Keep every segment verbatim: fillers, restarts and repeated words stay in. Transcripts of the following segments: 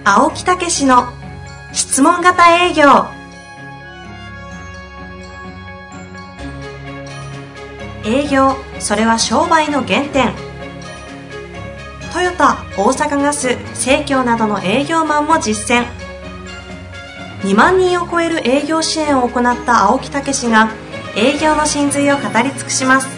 青木武氏の質問型営業。営業、それは商売の原点。トヨタ、大阪ガス、生協などの営業マンも実践。にまんにんを超える営業支援を行った青木武氏が営業の真髄を語り尽くします。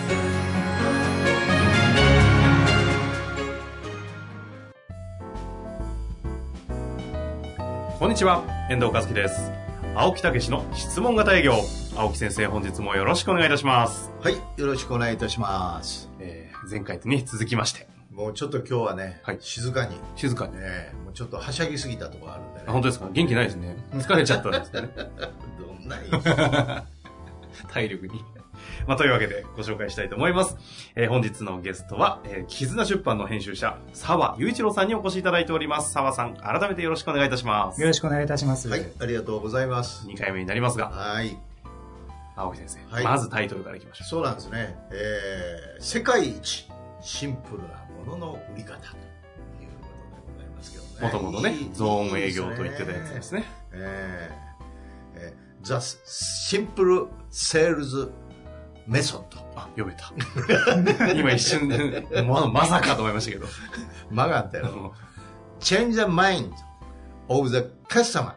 こんにちは、遠藤和樹です。青木武の質問型営業。青木先生、本日もよろしくお願いいたします。 はい、よろしくお願いいたします。 えー、前回に続きまして、 もうちょっと今日はね、はい、静かに静かに、 ね、もうちょっとはしゃぎすぎたところあるんでね。 あ、本当ですか？元気ないですね。疲れちゃったんですね。 どんな体力に。まあ、というわけでご紹介したいと思います。えー、本日のゲストは、えー、絆出版の編集者、澤雄一郎さんにお越しいただいております。澤さん、改めてよろしくお願いいたします。 よろしくお願いいたします。 はい、ありがとうございます。 にかいめになりますが、 はい。 青木先生、 はい、 まずタイトルからいきましょう。 そうなんですね。えー、世界一シンプルなものの売り方ということでございますけどね。 もともとね、ゾーン営業と言ってたやつですね。 えーえー、The Simple Salesメソッド。 あ、読めた。今一瞬で、ま、まさかと思いましたけど。 曲がったよ。Change the mind of the customer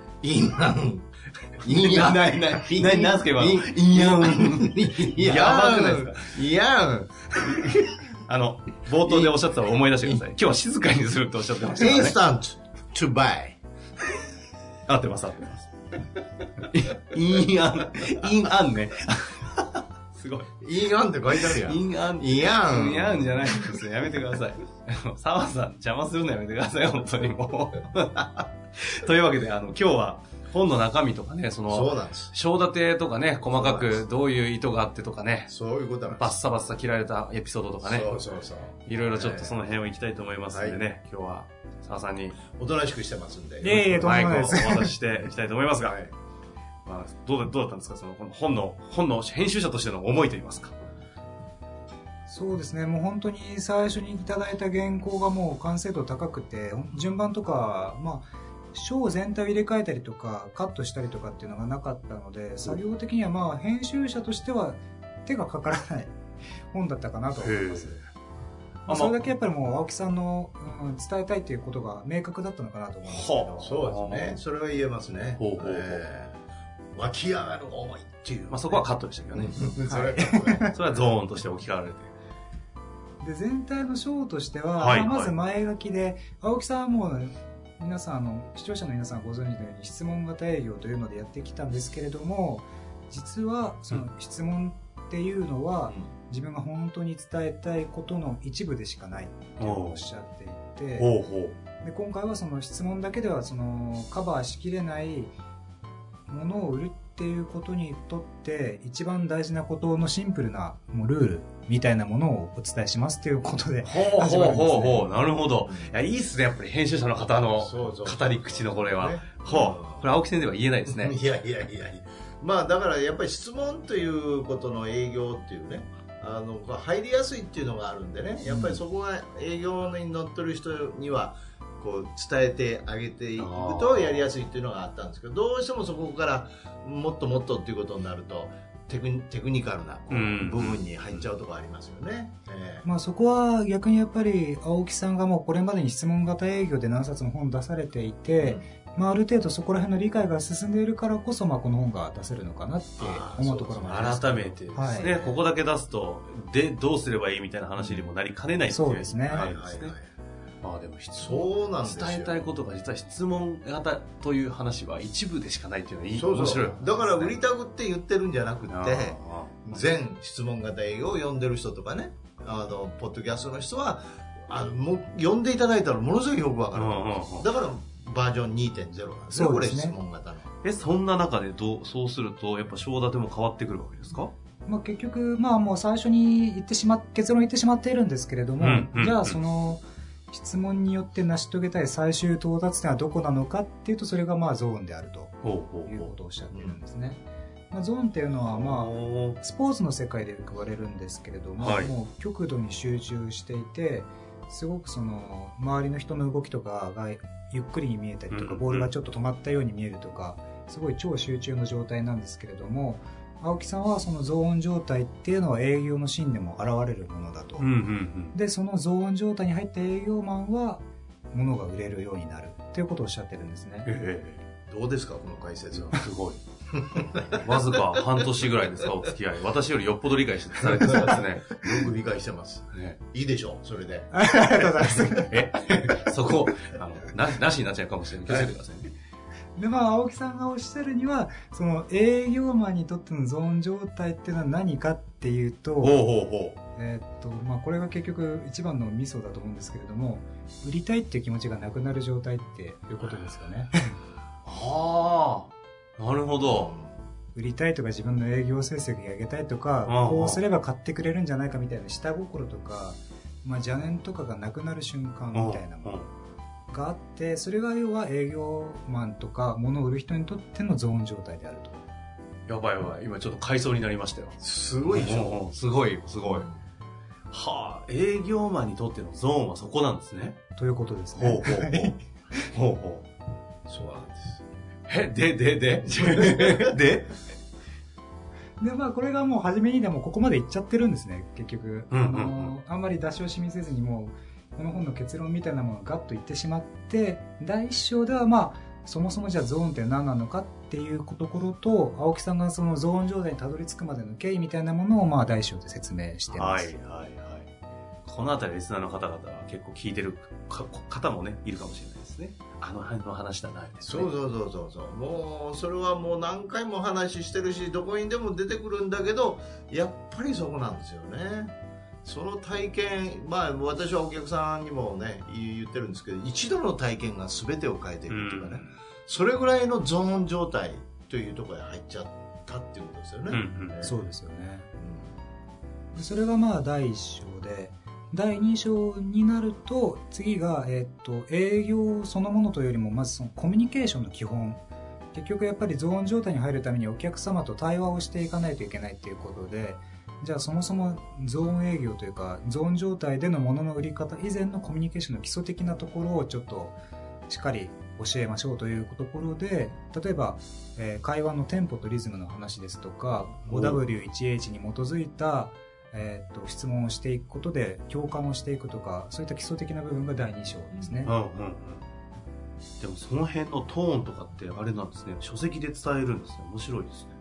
in an いや、ない、ない、ない、なんすか今の。いやん。やばくないですか？ いやん。 あの、冒頭でおっしゃってたのを思い出してください。今日は静かにするっておっしゃってましたからね。 Instant to buy。 合ってます、合ってます。インアン、インアンね。すごい。 インアンって書いてあるやん。 インアン。 イアン。 イアンじゃないですよ。やめてください。澤さん、邪魔するのやめてください、本当にもう。というわけで、あの、今日は、本の中身とかね、その、 そうなんです。 章立てとかね、細かくどういう意図があってとかね、 そういうことなんです。 バッサバッサ切られたエピソードとかね、 そうそうそう。 いろいろちょっとその辺を行きたいと思いますのでね、はい、今日は澤さんにおとなしくしてますんで、 いえいえ、とんでもないです。 マイクをお渡ししていきたいと思いますが、はい、まあ、どうだ、どうだったんですか、その本の、本の編集者としての思いといいますか。 そうですね、もう本当に最初にいただいた原稿がもう完成度高くて、順番とか、まあ、章全体を入れ替えたりとかカットしたりとかっていうのがなかったので、作業的にはまあ編集者としては手がかからない本だったかなと思います。まあ、それだけやっぱりもう青木さんの、うん、伝えたいということが明確だったのかなと思いますけど。 はあ、そうですね。それは言えますね。ほうほうほう、えー、湧き上がる思いっていう、ね、 まあ、そこはカットでしたけどね。 それはそれはゾーンとして置き換わられて。 で全体の章としては、 はい、 まあ、まず前書きで、青木さんはもう皆さん、あの視聴者の皆さんご存知のように質問型営業というのでやってきたんですけれども、実はその質問っていうのは、うん、自分が本当に伝えたいことの一部でしかないとおっしゃっていて、 ほうほう、 で今回はその質問だけではそのカバーしきれないものを売るっていうことにとって一番大事なことのシンプルなもうルールみたいなものをお伝えしますということで始まるんですね。 ほうほうほう、なるほど。いや、いいっすね、やっぱり編集者の方の語り口のこれは。ね、ほう、これ青木先生は言えないですね。 いやいやいやいや。まあだからやっぱり質問ということの営業っていうね、あの入りやすいっていうのがあるんでね、やっぱりそこが営業に乗ってる人にはこう伝えてあげていくとやりやすいっていうのがあったんですけど、どうしてもそこからもっともっとっていうことになるとテクニ、テクニカルなこう部分に入っちゃうところありますよね。えー、 まあそこは逆にやっぱり青木さんがもうこれまでに質問型営業で何冊も本出されていて、うん、まあある程度そこら辺の理解が進んでいるからこそ、まあこの本が出せるのかなって思うところもあります。 改めてですね、はい、ここだけ出すとでどうすればいいみたいな話にもなりかねないっていう。 そうですね。 はいはいはい。 まあでもそうなんですよ。 伝えたいことが実は質問型という話は一部でしかないっていうのはいい。 そうそう、 面白い。 だから売りたくって言ってるんじゃなくて、全質問型営業を読んでる人とかね、あのポッドキャストの人はあのも読んでいただいたらものすごいよくわかる、うんうんうん。だからバージョン にてんゼロ なんですね。これ質問型の。 え、そんな中でどうそうするとやっぱ章立ても変わってくるわけですか？ まあ、結局まあもう最初に言ってしま結論言ってしまっているんですけれども、うんうんうん、じゃあその質問によって成し遂げたい最終到達点はどこなのかっていうと、それがまあゾーンであるということをおっしゃってるんですね。まあ、ゾーンっていうのはまあスポーツの世界で言われるんですけれども、はい、もう極度に集中していて、すごくその周りの人の動きとかがゆっくりに見えたりとか、 うんボールがちょっと止まったように見えるとか、すごい超集中の状態なんですけれども、青木さんはそのゾーン状態っていうのは営業のシーンでも現れるものだと、 うんうんうん。 でそのゾーン状態に入った営業マンは物が売れるようになるっていうことをおっしゃってるんですね。 えどうですかこの解説はえ。すごい。わずか半年ぐらいですか、お付き合い。私よりよっぽど理解してされてそうですね。 よく理解してます。 ねいいでしょうそれで。 ありがとうございます。 えそこ、あの、な、なしになっちゃうかもしれない。気をつけてくださいね。 でまあ青木さんがおっしゃるには、その営業マンにとってのゾーン状態っていうのは何かっていうと、 ほうほうほう。 えーっとまあ、これが結局一番のミソだと思うんですけれども、売りたいっていう気持ちがなくなる状態っていうことですよね。 ああ、なるほど。 売りたいとか自分の営業成績上げたいとか、 ああこうすれば買ってくれるんじゃないかみたいな下心とか、まあ、邪念とかがなくなる瞬間みたいなものがあって、それが要は営業マンとか物を売る人にとってのゾーン状態であると。 やばいやばい。今ちょっと回想になりましたよ。 すごいでしょうんうんすごい、すごい。はあ、営業マンにとってのゾーンはそこなんですね。 ということですほうね。 ほうほう。ほうほう。 そうなんです。 え、で、で、で、ででまあこれがもう初めにでもここまでいっちゃってるんですね、結局。 うんうんうんあのあんまり出し惜しみせずに、もうこの本の結論みたいなものをガッと言ってしまって、第一章ではまあそもそもじゃあゾーンって何なのかっていうところと、青木さんがそのゾーン状態にたどり着くまでの経緯みたいなものをまあ第一章で説明してます。 はいはいはい。このあたりリスナーの方々は結構聞いてるか方もね、いるかもしれないですね。あの辺の話じゃないですね。 そうそうそうそうそう。もうそれはもう何回も話してるし、どこにでも出てくるんだけど、やっぱりそこなんですよね。その体験、まあ私はお客さんにもね言ってるんですけど、一度の体験が全てを変えていくっていうかね、それぐらいのゾーン状態というところに入っちゃったっていうことですよね。 うんうんねそうですよね。でそれがまあ第一章で、第二章になると次が、えっと営業そのものというよりもまずそのコミュニケーションの基本、結局やっぱりゾーン状態に入るためにお客様と対話をしていかないといけないということで、じゃあそもそもゾーン営業というかゾーン状態での物の売り方以前のコミュニケーションの基礎的なところをちょっとしっかり教えましょうというところで、例えば、えー会話のテンポとリズムの話ですとか ごダブリューいちエイチ に基づいたえー、と質問をしていくことで共感をしていくとか、そういった基礎的な部分がだいに章ですね。 うんうんうん。でもその辺のトーンとかってあれなんですね。書籍で伝えるんですね。面白いですね。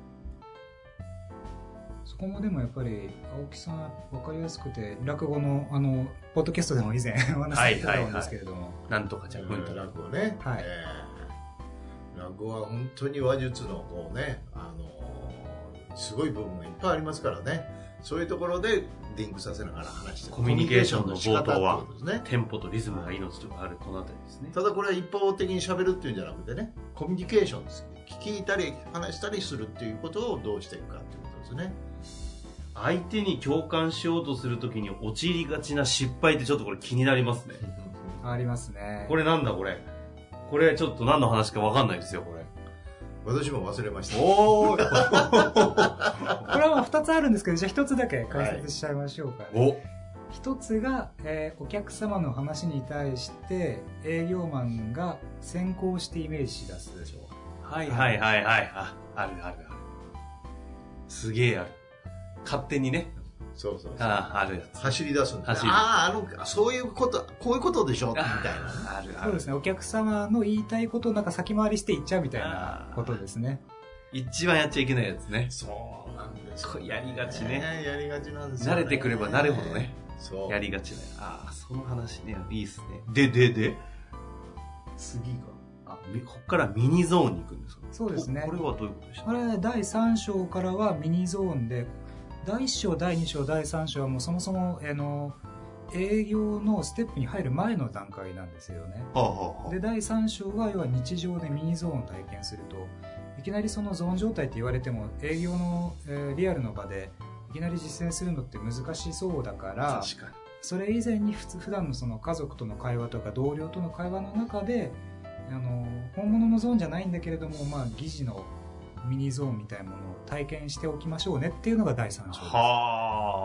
そこもでもやっぱり青木さん分かりやすくて、落語のあのポッドキャストでも以前お話しされてたんですけれども、 なんとかじゃん、うんとか。 落語ね、 はいえー落語は本当に話術のこうね、あのーすごい部分がいっぱいありますからね。そういうところでリンクさせながら話してコミュニケーションの冒頭はコミュニケーションの仕方ってことですね。 テンポとリズムが命とかあるこのあたりですね。 ただこれは一方的に喋るっていうんじゃなくてね、コミュニケーションです。聞いたり話したりするっていうことをどうしていくかっていうことですね。 相手に共感しようとするときに陥りがちな失敗ってちょっとこれ気になりますね。 ありますね。 これなんだこれ。これちょっと何の話か分かんないですよ、これ。 私も忘れました。 おーこれはまあふたつあるんですけど、じゃあひとつだけ解説しちゃいましょうか、ね。 おひとつが、えーお客様の話に対して営業マンが先行してイメージし出すでしょう。 はいはいはいはい。あ、あるあるある。すげえある。勝手にね。 そうそうそう。 ああ、あるやつ。 走り出すんです。 走るああ、あの、そういうこと、こういうことでしょみたいなね。 あるある。 そうですね。お客様の言いたいことをなんか先回りして言っちゃうみたいなことですね。 一番やっちゃいけないやつね。 そうなんですよこれやりがちね。 やりがちなんですよ、 慣れてくれば慣れほどね。 そう。 やりがちだよ。ああ、その話ね、いいっすね。で、で、で、次が、あ、みこっからミニゾーンに行くんですか？ そうですねここれはどういうことでした？ これだいさん章からはミニゾーンで、だいいっ章、だいに章、だいさん章はもうそもそもあの営業のステップに入る前の段階なんですよね。 はあ、はあはでだいさん章は要は日常でミニゾーンを体験すると、いきなりそのゾーン状態って言われても営業の、えーリアルの場でいきなり実践するのって難しそうだから、 確かに。 それ以前に普通普段のその家族との会話とか同僚との会話の中で、あの本物のゾーンじゃないんだけれども、まあ、疑似のミニゾーンみたいなものを体験しておきましょうねっていうのがだいさん章です。 はあ。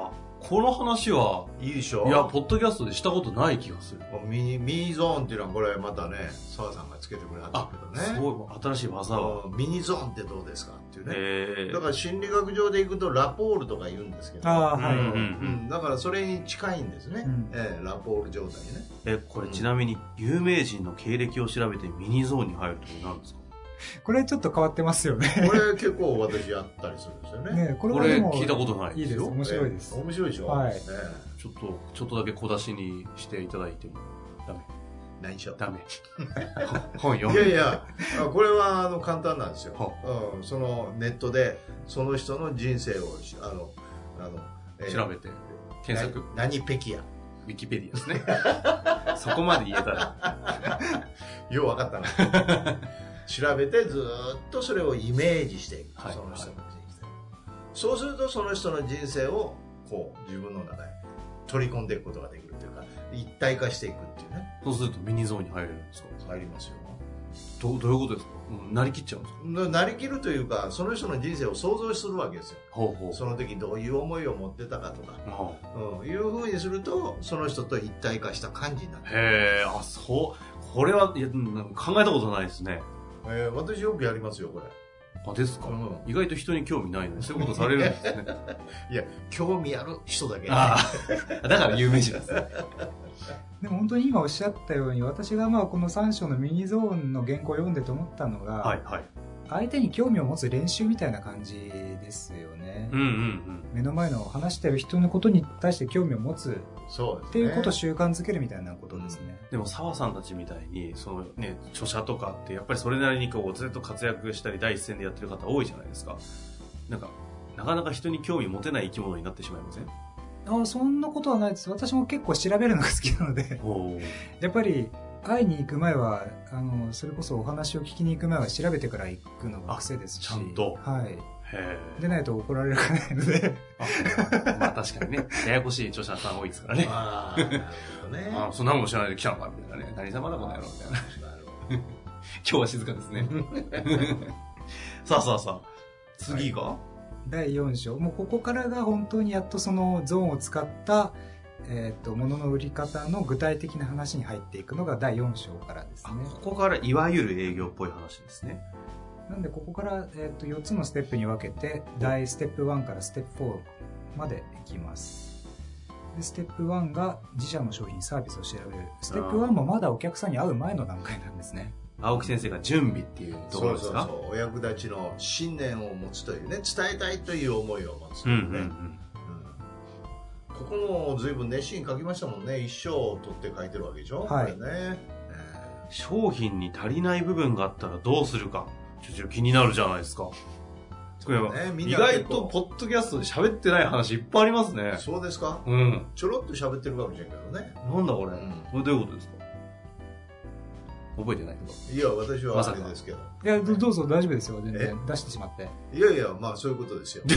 この話はいいでしょ。 いやポッドキャストでしたことない気がする。 ミニミニゾーンっていうのはこれまたね澤さんがつけてくれはったけどね。 すごい新しい技を。 ミニゾーンってどうですかっていうね。 えー、 だから心理学上でいくとラポールとか言うんですけど、 ああ、はい。 うんうんうん、だからそれに近いんですね、 うんえーラポール状態ね。 えこれちなみに有名人の経歴を調べてミニゾーンに入るって何ですか？ これちょっと変わってますよね。 これ結構私やったりするんですよね。 ねこれこれはでも聞いたことないいいです。面白いです。 えー面白いでしょ。 はいねちょっとちょっとだけ小出しにしていただいてもダメ何しよう。 ダメ本読む。 いやいや、あこれはあの簡単なんですよ、 はうん、そのネットでその人の人生をしあのあの、えー調べて検索な何ペキアウィキペディアですねそこまで言えたらよう分かったな調べてずーっとそれをイメージしていく、 はいその人の人生、そうするとその人の人生をこう自分の中に取り込んでいくことができるというか一体化していくっていうね。 そうするとミニゾーンに入れるんですか？ 入りますよ。 どどういうことですか？うんなりきっちゃうんですか？ なりきるというかその人の人生を想像するわけですよ。 ほうほうその時どういう思いを持ってたかとか、 はうん、いうふうにするとその人と一体化した感じになるあ、へえあそうこれはいやうん考えたことないですね。 えー、私よくやりますよこれ。 あですか、 うん意外と人に興味ないのにそういうことされるんですねいや興味ある人だけ、 ああだから有名人ですねでも本当に今おっしゃったように、私がまあこのさん章のミニゾーンの原稿を読んでと思ったのが、 はいはい相手に興味を持つ練習みたいな感じですよね。 うんうんうん目の前の話してる人のことに対して興味を持つそうですねっていうことを習慣づけるみたいなことですね。 でも澤さんたちみたいにその、ね、著者とかってやっぱりそれなりにこうずっと活躍したり第一線でやってる方多いじゃないですか。なんかなかなか人に興味持てない生き物になってしまいません？ あ、そんなことはないです。私も結構調べるのが好きなのでおやっぱり会いに行く前はあのそれこそお話を聞きに行く前は調べてから行くのが癖ですし、 ちゃんとはい、 へでないと怒られるかないのであまあ確かにねややこしい著者さん多いですからね。 ああなるほどねあそんなもん知らないで来たのかみたいなね何様だこの野郎みたいななるほど今日は静かですねさあさあさあ次が、 だいよん章、もうここからが本当にやっとそのゾーンを使ったえー、と物の売り方の具体的な話に入っていくのがだいよん章からですね。 ここからいわゆる営業っぽい話ですね。 なんでここから、えー、とよっつのステップに分けて大ステップいちからステップよんまでいきます。でステップいちが自社の商品サービスを調べる。ステップいちもまだお客さんに会う前の段階なんですね。 青木先生が準備っていうところですか？ そうそうそうお役立ちの信念を持つというね伝えたいという思いを持つとうんいうね、 うんうんここも随分熱心に書きましたもんね。一生を取って書いてるわけでしょ、 はいこれね、 商品に足りない部分があったらどうするかちょっと気になるじゃないですか。これはねみん意な結構外とポッドキャストで喋ってない話いっぱいありますね。 そうですか、 うん。 ちょろっと喋ってるかもしれんけどね。 なんだこれ、 うんこれどういうことですか？覚えてないけど。 いや私はあまさかれですけど、 いやどどうぞ大丈夫ですよ、全え然出してしまって。 いやいやまあそういうことですよ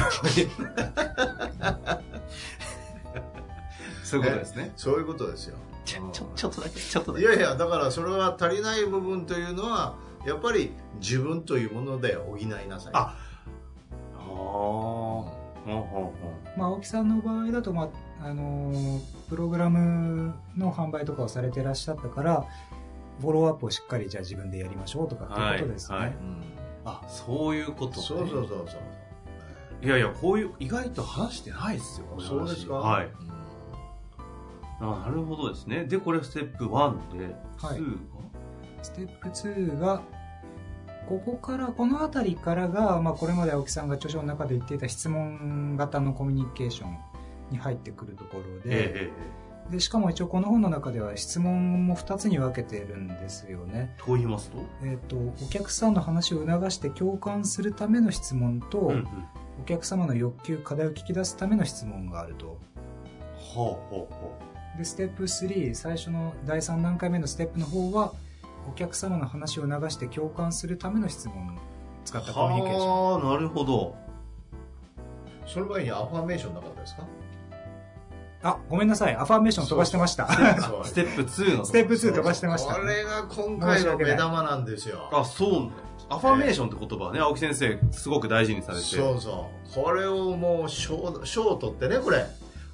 そういうことですね。 そういうことですよ。 ちょ、ちょ、ちょっとだけ、ちょっとだいけ。 やいやだからそれは足りない部分というのはやっぱり自分というもので補いなさい。 あああ。ほうほうほまあ、青木さんの場合だと、まああのープログラムの販売とかをされてらっしゃったからフォローアップをしっかりじゃあ自分でやりましょうとかっていうことですね。 はいはいうんあ、そういうこと、ね。 そうそうそうそういやいや、こういう、意外と話してないですよ。この話そうですか。 はい。 うんあ、なるほどですね。で、これステップいちで、 はいにがステップにがここからこの辺りからが、まあ、これまで青木さんが著書の中で言っていた質問型のコミュニケーションに入ってくるところで、 ええでしかも一応この本の中では質問もふたつに分けてるんですよね。 と言いますと、 えー、とお客さんの話を促して共感するための質問と、 うんうん。 お客様の欲求課題を聞き出すための質問があると。 ほうほうほでステップさん、最初のだいさん段階目のステップの方はお客様の話を流して共感するための質問を使ったう。 コミュニケーション。 はあ、なるほど。 その前にアファーメーションなかったですか？ あ、ごめんなさい、アファーメーション飛ばしてました。 そうステップにの。 ステップに飛ばしてました、 これが今回の目玉なんですよ。 あ、そう。アファーメーションって言葉はね、青木先生すごく大事にされて。 そうそう。これをもう賞、賞を取ってね、これ。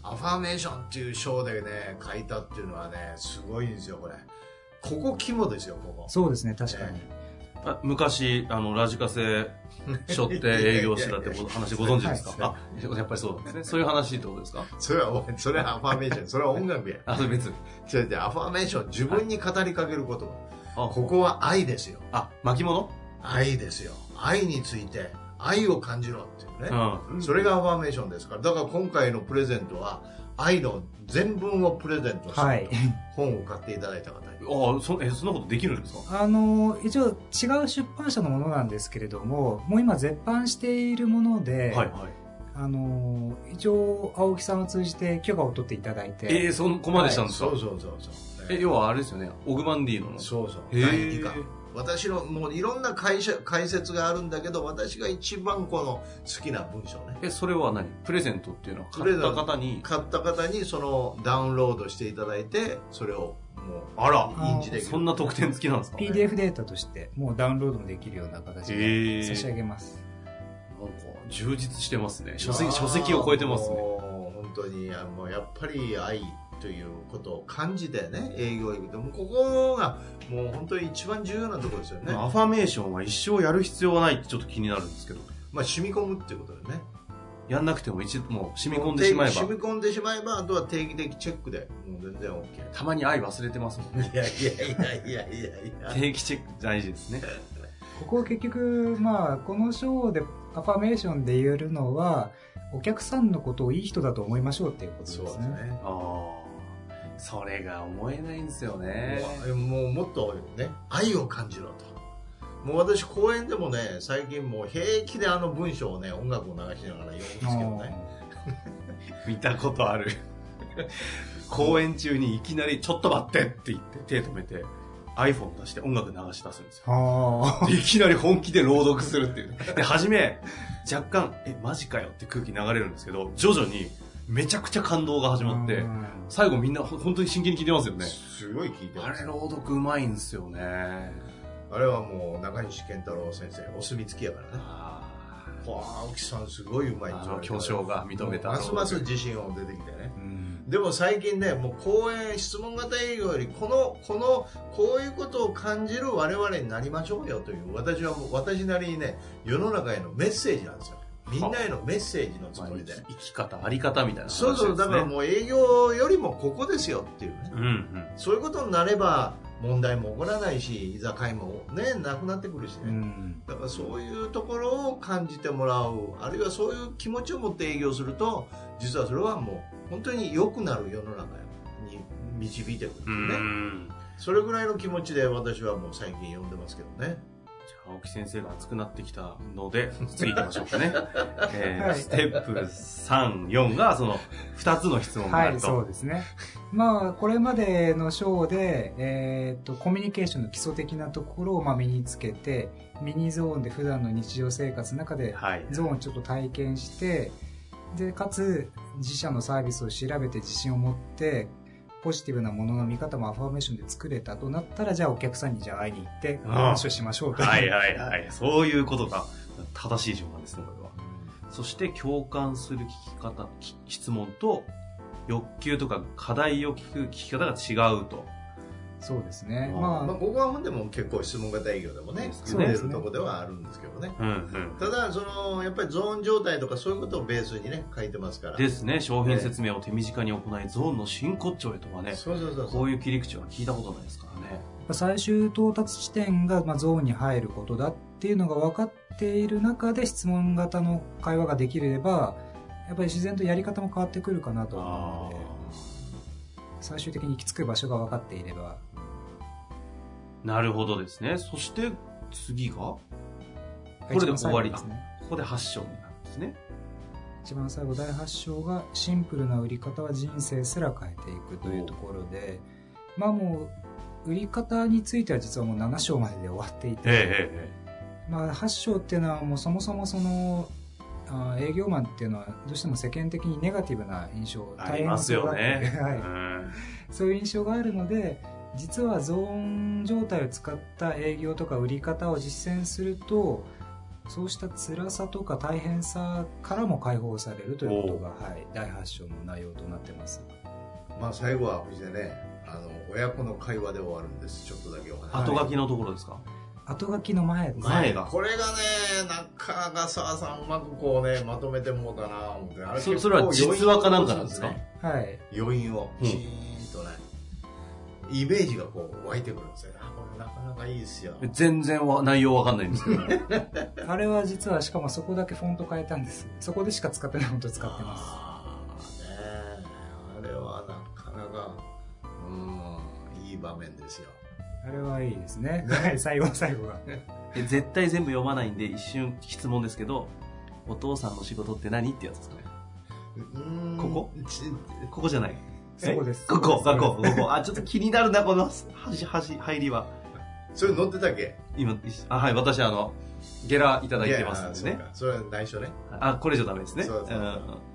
アファーメーションっていう章でね書いたっていうのはねすごいんですよこれ。ここ肝ですよここ。 そうですね、確かに。 ねあ昔あのラジカセ背負って営業してたって話ご存知ですか？ はあ、やっぱりそうなんですね。そういう話ってことですか？ それはそれはアファーメーション、それは音楽や。 あ、それ別に。 違う違う、アファーメーション、自分に語りかける言葉。 あ、 ここは愛ですよ。 あ、巻物？ 愛ですよ。愛について愛を感じろっていうね。 うん。 それがアファーメーションですから。だから今回のプレゼントは愛の全文をプレゼントする、 はい、 本を買っていただいた方に。 ああ、そえそんなことできるんですか？ あの一応違う出版社のものなんですけれども、もう今絶版しているもので、 はいはい。 あの一応青木さんを通じて許可を取っていただいて、 えー、そこまでしたんですか？ そうそうそうそう。 え、要はあれですよね。オグマンディーノの。 そうそう。 へー第二巻。私のもういろんな解釈解説があるんだけど、私が一番この好きな文章ね。 え、それは何？プレゼントっていうのは買ったプレゼント方に。 買った方にそのダウンロードしていただいて、それをもうあら、 印字できる。 そんな特典付きなんですか？ ピーディーエフ データとしてもうダウンロードもできるような形へでー差し上げます。 なんか充実してますね。書籍書籍を超えてますね。 もう本当にあのやっぱり愛ということを感じてね、営業行くと、もうここがもう本当に一番重要なところですよね。 アファメーションは一生やる必要はないってちょっと気になるんですけど、 まあ染み込むっていうことでね。 やんなくても一度もう染み込んでしまえば、 染み込んでしまえば、あとは定期的チェックでもう全然 OK。 たまに愛忘れてますもんね。 いやいやいやいやいやいや。 定期チェック大事ですね。 ここ結局、まあ、この章でアファメーションで言えるのは、お客さんのことをいい人だと思いましょうっていうことですね。 そうですね。 ああ、それが思えないんですよね。 もうもうもっとね、愛を感じろと。もう私講演でもね、最近もう平気であの文章をね、音楽を流しながら読むんですけどね。 見たことある。公演中にいきなりちょっと待ってって言って手止めて iPhone 出して音楽流し出すんですよ。 あでいきなり本気で朗読するっていう。で、初め若干えマジかよって空気流れるんですけど、徐々にめちゃくちゃ感動が始まって、最後みんな本当に真剣に聞いてますよね。 すごい聞いてあますれ朗読うまいんですよね。 あれはもう中西健太郎先生お墨付きやからね。 あわあ、青木さんすごいうまいってあ言われて巨匠が認めた。 ますます自信を出てきてね。 うん、 でも最近ね、もう講演、質問型営業より、この、この、こういうことを感じる我々になりましょうよという、私はもう、私なりにね、世の中へのメッセージなんですよ。みんなへのメッセージのつもりで。 まあ生き生き方、あり方みたいな話ですね。 そうそう、だからもう営業よりもここですよっていうね。 うんうん。 そういうことになれば、問題も起こらないし、居酒屋もね、なくなってくるしね。 うんだからそういうところを感じてもらう、あるいはそういう気持ちを持って営業すると、実はそれはもう本当に良くなる世の中に導いてくるってういうね。 ん。 それぐらいの気持ちで私はもう最近読んでますけどね。 じゃあ青木先生が熱くなってきたので、次行きましょうかね。えーはいステップさん、よんがそのふたつの質問があはい、 ると。 そうですね。まあ、これまでの章で、えっと、コミュニケーションの基礎的なところをまあ身につけて、ミニゾーンで普段の日常生活の中ではい。 ゾーンをちょっと体験して、で、かつ自社のサービスを調べて自信を持って、ポジティブなものの見方もアファーメーションで作れたとなったら、じゃあお客さんにじゃあ会いに行ってお話をしましょうという。 はいはいはい。そういうことが正しい順番ですね、これは。そして共感する聞き方、き質問と欲求とか課題を聞く聞き方が違うと。 そうですね。 うんまあ、 まあ、ここは本でも結構質問型営業でもね、 そう出ですねるとこではあるんですけどね。 うんうん。 ただ、その、やっぱりゾーン状態とかそういうことをベースにね、書いてますから。 ですね。商品説明を手短に行い、ゾーンの真骨頂へとかね。 そうそうそうそう。 こういう切り口は聞いたことないですからね。 最終到達地点がまあゾーンに入ることだっていうのが分かっている中で質問型の会話ができれば、やっぱり自然とやり方も変わってくるかなと思うので、最終的に行き着く場所が分かっていれば。 なるほどですね。そして次がここれで終わりだ。 ですね。 ここではち章になるんですね。 一番最後だいはち章がシンプルな売り方は人生すら変えていくというところで、まあもう売り方については実はもうなな章までで終わっていて、 えええまあはち章っていうのはもうそもそもそのあ営業マンっていうのはどうしても世間的にネガティブな印象、 えありますよね。 はいうんそういう印象があるので、実はゾーン状態を使った営業とか売り方を実践すると、 そうした辛さとか大変さからも解放されるということが、はい、だいはち章の内容となってます。 まあ最後は藤井ね、あの親子の会話で終わるんです。ちょっとだけお話。 後書きのところですか？ 後書きの前です。 前が。 これがね、なかなか澤さんうまくこうね、まとめてもうたな思って。あれそそれは実話かなんかなんですか？ はい。 余韻を、チーンとね、イメージがこう湧いてくるんですよ。あ、これなかなかいいですよ。 全然は内容わかんないんですけど。 あれは実はしかもそこだけフォント変えたんです。そこでしか使ってないフォント使ってます。 ああね、あれはなかなか、うん、いい場面ですよ。 あれはいいですね。はい、最後の最後が。 え絶対全部読まないんで一瞬質問ですけど、お父さんの仕事って何ってやつですかね？ うんここここじゃない。 そこです。 ここ、ここ、ここ。あ、ちょっと気になるな、この端、端、入りは。 それ載ってたっけ？ 今、あ、はい、私、あの、ゲラいただいてますんでね。 それは内緒ね。 あ、これじゃダメですね。 そうそうそう。うん、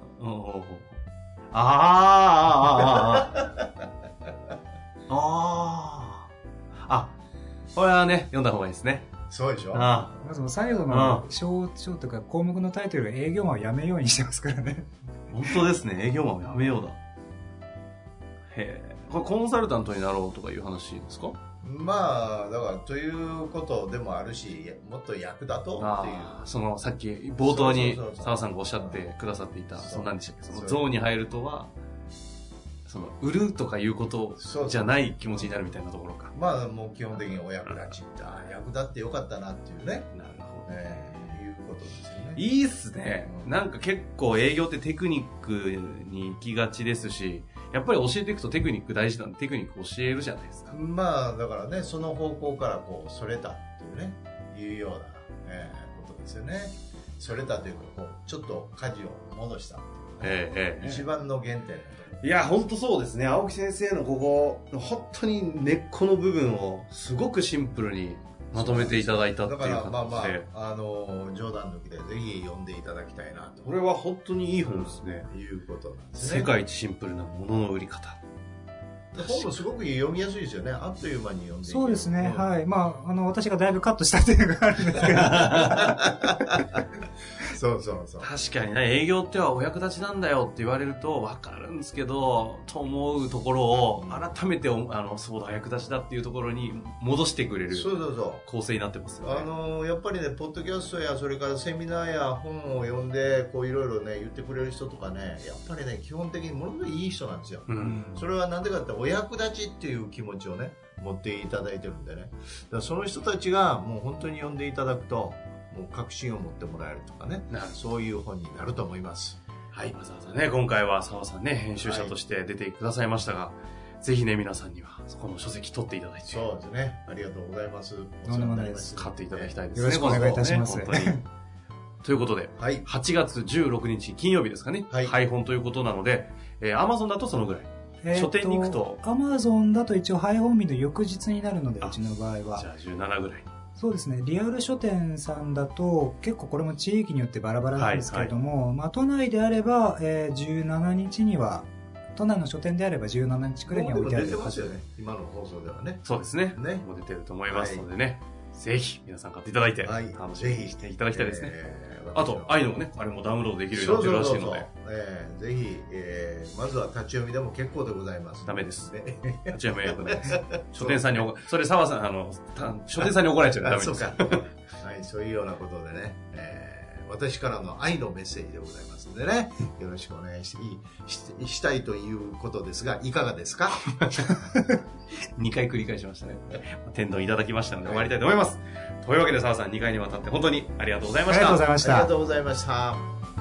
あー、あー、あー、あー。あー。あ、これはね、読んだ方がいいですね。 そうでしょ。 あまず最後の章、章とか項目のタイトルが営業マンをやめようにしてますからね。 本当ですね。営業マンをやめようだ。へえ。これコンサルタントになろうとかいう話ですか？ まあだからということでもあるし、もっと役立とうっていう。 そのさっき冒頭に澤さんがおっしゃってくださっていた、その何でしたっけ、そのゾーンに入るとは、その売るとかいうことじゃない気持ちになるみたいなところか。 まあもう基本的にお役立ちって、ああ役立ってよかったなっていうね。 なるほど、 えー、いうことですよね。 いいっすね、うん。なんか結構営業ってテクニックに行きがちですし、やっぱり教えていくとテクニック大事なんで、テクニック教えるじゃないですか。 まあだからね、その方向からこうそれたっていうね、いうような、えー、ことですよね。それたというか、こうちょっと舵を戻したっていう、 ええええ、 一番の原点。 いや本当そうですね。青木先生のここ本当に根っこの部分をすごくシンプルにまとめていただいたっていう形で、だからまあまあ、あの冗談抜きでぜひ読んでいただきたいなと。 これは本当にいい本ですね。 いうことなんですね。 世界一シンプルなものの売り方。 本もすごく読みやすいですよね。あっという間に読んでいける。 そうですね。うん、はい。まああの私がだいぶカットしたっていうのがあるんですけど。 そうそうそう。 確かにね、営業ってはお役立ちなんだよって言われると分かるんですけど、と思うところを改めて、あの、そうだ、役立ちだっていうところに戻してくれる構成になってますよね。 あの、やっぱりね、ポッドキャストや、それからセミナーや本を読んで、こういろいろね、言ってくれる人とかね、やっぱりね、基本的にものすごいいい人なんですよ。うん、それはなんでかって、お役立ちっていう気持ちをね、持っていただいてるんでね。だからその人たちがもう本当に読んでいただくと、もう確信を持ってもらえるとかね、そういう本になると思います。 はい、わざわざね、今回は澤さんね、編集者として出てくださいましたが、はい、ぜひね、皆さんにはこの書籍取っていただいて。 そうですね。ありがとうございます。 お世話になります。 買っていただきたいですね。 よろしくお願いいたします。 本当に。ということで、はい、はちがつじゅうろくにち金曜日ですかね、はい、配本ということなので、えー、Amazon だとそのぐらい。えー、書店に行くと。 Amazon だと一応配本日の翌日になるので、うちの場合は。 じゃあじゅうしちぐらいに。 そうですね。リアル書店さんだと結構これも地域によってバラバラなんですけれども、はいはい、まあ、都内であれば、えー、じゅうしちにちには都内の書店であればじゅうしちにちくらいには置いてある。 もう出てますよね。今の放送ではね。 そうですね。ね。もう出てると思いますのでね。はい、ぜひ皆さん買っていただいて、はい、楽しみにしていただきたいですね。えー、あと、愛のもね、あれもダウンロードできるようになってるらしいので。そうそうそうそう、 えー、ぜひ、えー、まずは立ち読みでも結構でございます。 ダメです。立ち読みはよくないです。書店さんに、それ澤さん、あの、書店さんに怒られちゃうからダメです。そうか。 はい、そういうようなことでね、えー、私からの愛のメッセージでございますのでね、よろしくお願いし、し、したいということですが、いかがですか？ にかい繰り返しましたね。天丼いただきましたので終わりたいと思います。というわけで澤さんにかいにわたって本当にありがとうございました。 ありがとうございました。 ありがとうございました。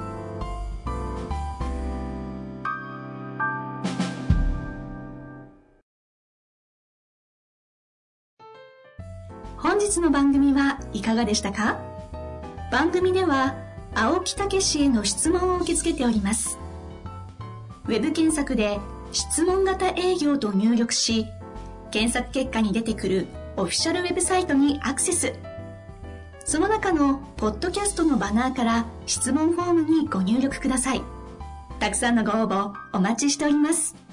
本日の番組はいかがでしたか？番組では青木武氏への質問を受け付けております。ウェブ検索で質問型営業と入力し、検索結果に出てくるオフィシャルウェブサイトにアクセス。その中のポッドキャストのバナーから質問フォームにご入力ください。たくさんのご応募お待ちしております。